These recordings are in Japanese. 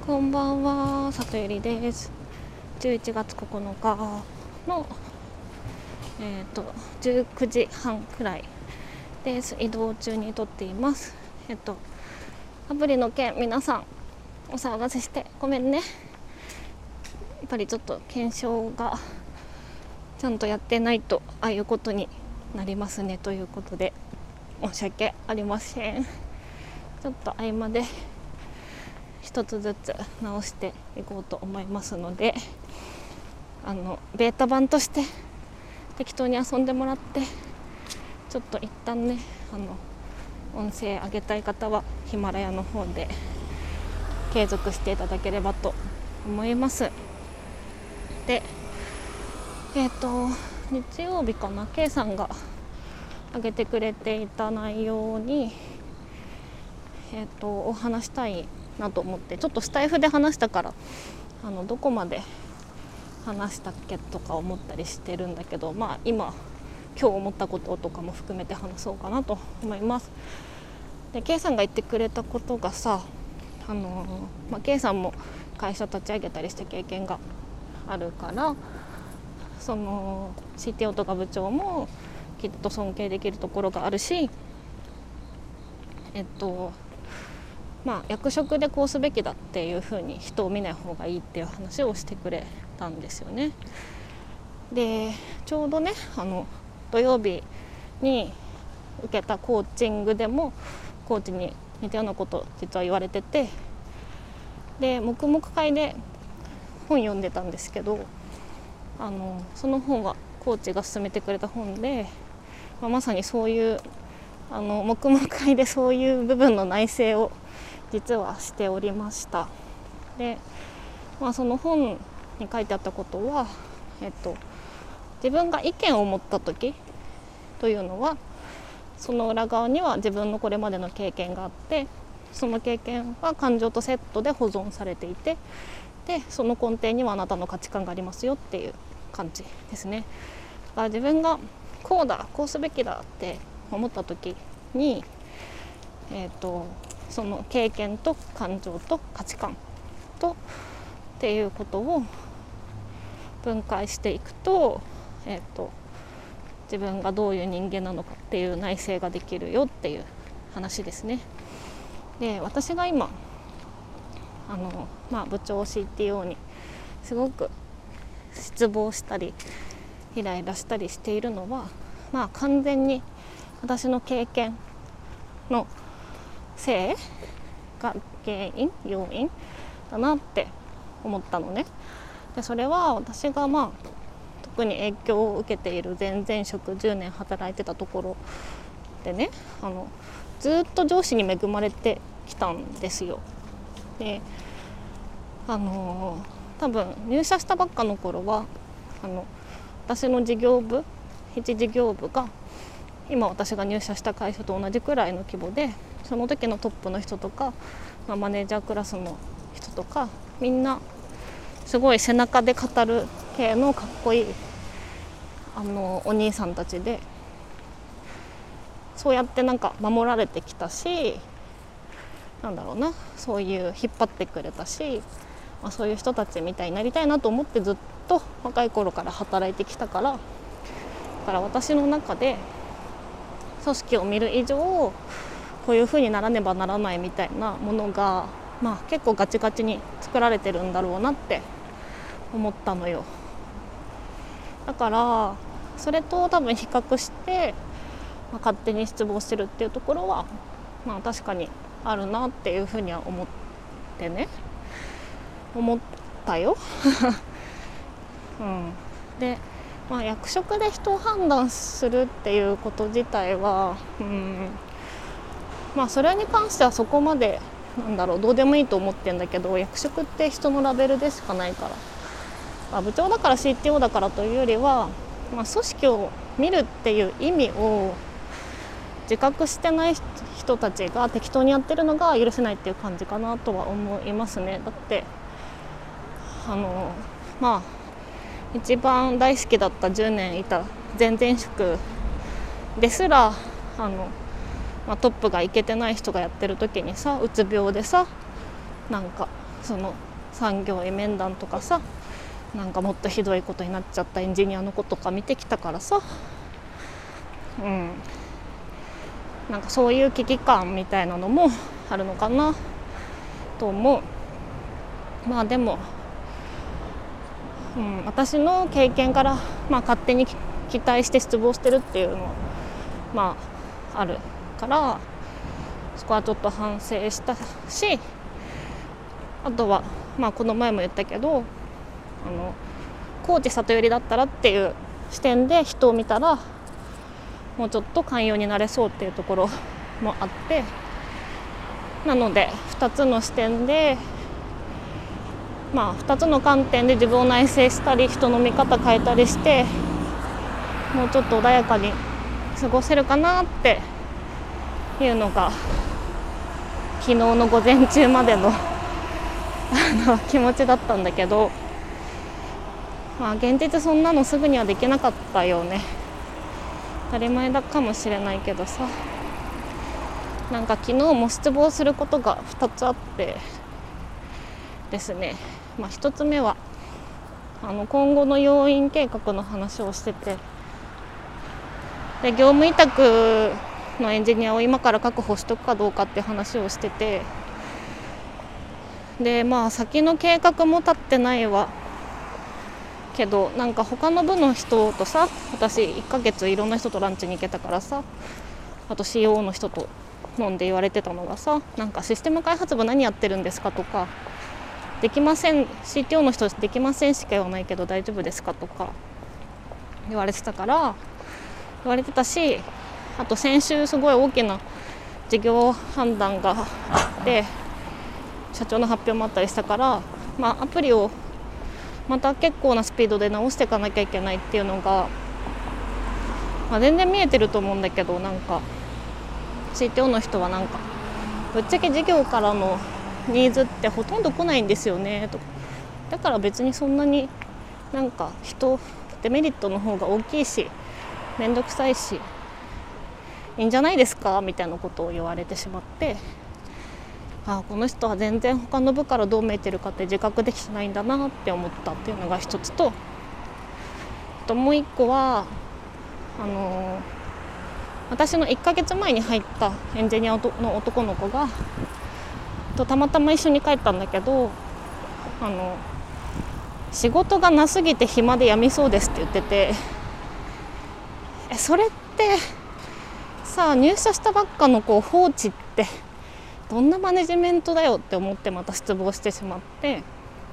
こんばんは、里ゆりです。11月9日の、19時半くらいです。移動中に撮っています。アプリの件、皆さんお騒がせしてごめんね。やっぱりちょっと検証がちゃんとやってないとああいうことになりますねということで申し訳ありません。ちょっと合間で一つずつ直していこうと思いますので、ベータ版として適当に遊んでもらって、ちょっと一旦ね、音声上げたい方はヒマラヤの方で継続していただければと思います。で、日曜日かな、K さんが上げてくれていた内容にお話したいなと思って、ちょっとスタイフで話したからどこまで話したっけとか思ったりしてるんだけど、今日思ったこととかも含めて話そうかなと思います。で K さんが言ってくれたことがさ、K さんも会社立ち上げたりした経験があるから、その CTO とか部長もきっと尊敬できるところがあるし、役職でこうすべきだっていう風に人を見ない方がいいっていう話をしてくれたんですよね。でちょうどね、土曜日に受けたコーチングでもコーチに似たようなこと実は言われてて、で黙々会で本読んでたんですけど、その本はコーチが勧めてくれた本で、まさにそういう黙々会でそういう部分の内省を実はしておりました。で、その本に書いてあったことは、自分が意見を持った時というのは、その裏側には自分のこれまでの経験があって、その経験は感情とセットで保存されていて、でその根底にはあなたの価値観がありますよっていう感じですね。だから自分がこうだ、こうすべきだって思った時に、その経験と感情と価値観とっていうことを分解していくと、自分がどういう人間なのかっていう内省ができるよっていう話ですね。で私が今部長 CTO にすごく失望したりイライラしたりしているのは、完全に私の経験のせいが要因だなって思ったのね。でそれは私が特に影響を受けている前々職10年働いてたところでね、ずっと上司に恵まれてきたんですよ。で多分入社したばっかの頃は私の事業部一事業部が今私が入社した会社と同じくらいの規模で、その時のトップの人とか、マネージャークラスの人とかみんなすごい背中で語る系のかっこいいお兄さんたちで、そうやって守られてきたし、そういう引っ張ってくれたし、そういう人たちみたいになりたいなと思ってずっと若い頃から働いてきたから、だから私の中で組織を見る以上こういう風にならねばならないみたいなものが、結構ガチガチに作られてるんだろうなって思ったのよ。だからそれと多分比較して、勝手に失望してるっていうところは、確かにあるなっていうふうには思ったよ、で、役職で人を判断するっていうこと自体は、それに関してはそこまでどうでもいいと思ってんだけど、役職って人のラベルでしかないから、部長だから CTO だからというよりは、組織を見るっていう意味を自覚してない人たちが適当にやってるのが許せないっていう感じかなとは思いますね。だって一番大好きだった10年いた前々職ですらトップがイケてない人がやってる時にさ、うつ病でさ、 その産業医面談とかさ、なんかもっとひどいことになっちゃったエンジニアの子とか見てきたからさ、なんかそういう危機感みたいなのもあるのかなと思う。まあでも、私の経験から、勝手に期待して失望してるっていうのはあるから、そこはちょっと反省したし、あとはこの前も言ったけど、高知里寄りだったらっていう視点で人を見たらもうちょっと寛容になれそうっていうところもあって、なので2つの視点で、2つの観点で自分を内省したり人の見方変えたりして、もうちょっと穏やかに過ごせるかなっていうのが昨日の午前中までの気持ちだったんだけど、現実そんなのすぐにはできなかったよね。当たり前だかもしれないけどさ、なんか昨日も失望することが2つあってですね、1つ目は今後の要員計画の話をしてて、で業務委託のエンジニアを今から確保しとくかどうかって話をしてて、で先の計画も立ってないわけど、なんか他の部の人とさ、私1ヶ月いろんな人とランチに行けたからさ、あと CO の人と飲んで言われてたのがさ、なんかシステム開発部何やってるんですかとか、できません CTO の人できませんしか言わないけど大丈夫ですかとか言われてたし、あと先週すごい大きな事業判断があって社長の発表もあったりしたから、アプリをまた結構なスピードで直していかなきゃいけないっていうのが、全然見えてると思うんだけど、なんか CTO の人はなんかぶっちゃけ事業からのニーズってほとんど来ないんですよねとか、だから別にそんなになんかデメリットの方が大きいしめんどくさいしいいんじゃないですかみたいなことを言われてしまって、この人は全然他の部からどう見えてるかって自覚できてないんだなって思ったっていうのが一つと、もう一個は私の1ヶ月前に入ったエンジニアの男の子がたまたま一緒に帰ったんだけど、仕事がなすぎて暇で病みそうですって言ってて、それってさ、入社したばっかの子を放置ってどんなマネジメントだよって思ってまた失望してしまって、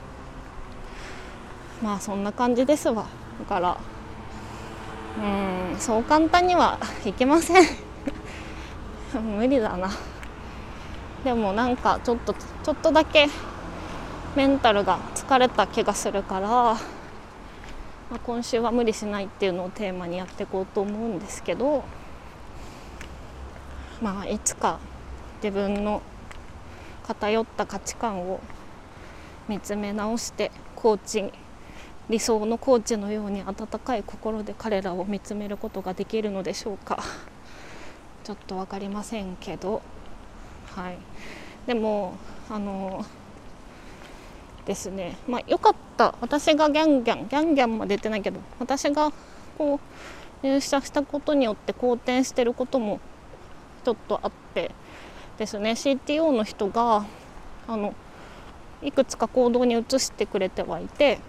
そんな感じですわ。だからそう簡単にはいけません無理だな。でもなんかちょっとだけメンタルが疲れた気がするから、今週は無理しないっていうのをテーマにやっていこうと思うんですけど、いつか自分の偏った価値観を見つめ直して理想のコーチのように温かい心で彼らを見つめることができるのでしょうか。ちょっと分かりませんけど、でもですね、よかった。私がギャンギャンは出てないけど、私がこう入社したことによって好転してることもちょっとあってですね、 CTO の人がいくつか行動に移してくれてはいて、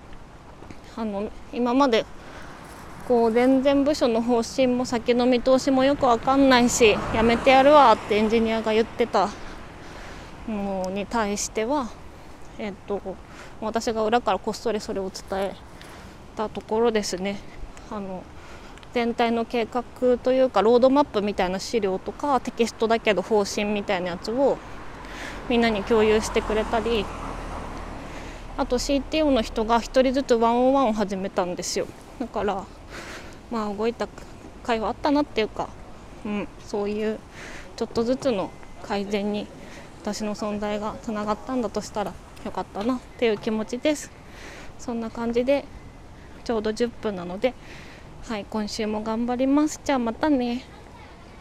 今まで全然部署の方針も先の見通しもよく分かんないしやめてやるわってエンジニアが言ってたのに対しては、私が裏からこっそりそれを伝えたところですね、全体の計画というかロードマップみたいな資料とかテキストだけど方針みたいなやつをみんなに共有してくれたり、あと CTO の人が一人ずつ101を始めたんですよ。だから動いた会はあったなっていうか、そういうちょっとずつの改善に私の存在がつながったんだとしたらよかったなっていう気持ちです。そんな感じでちょうど10分なので、今週も頑張ります。じゃあまたね。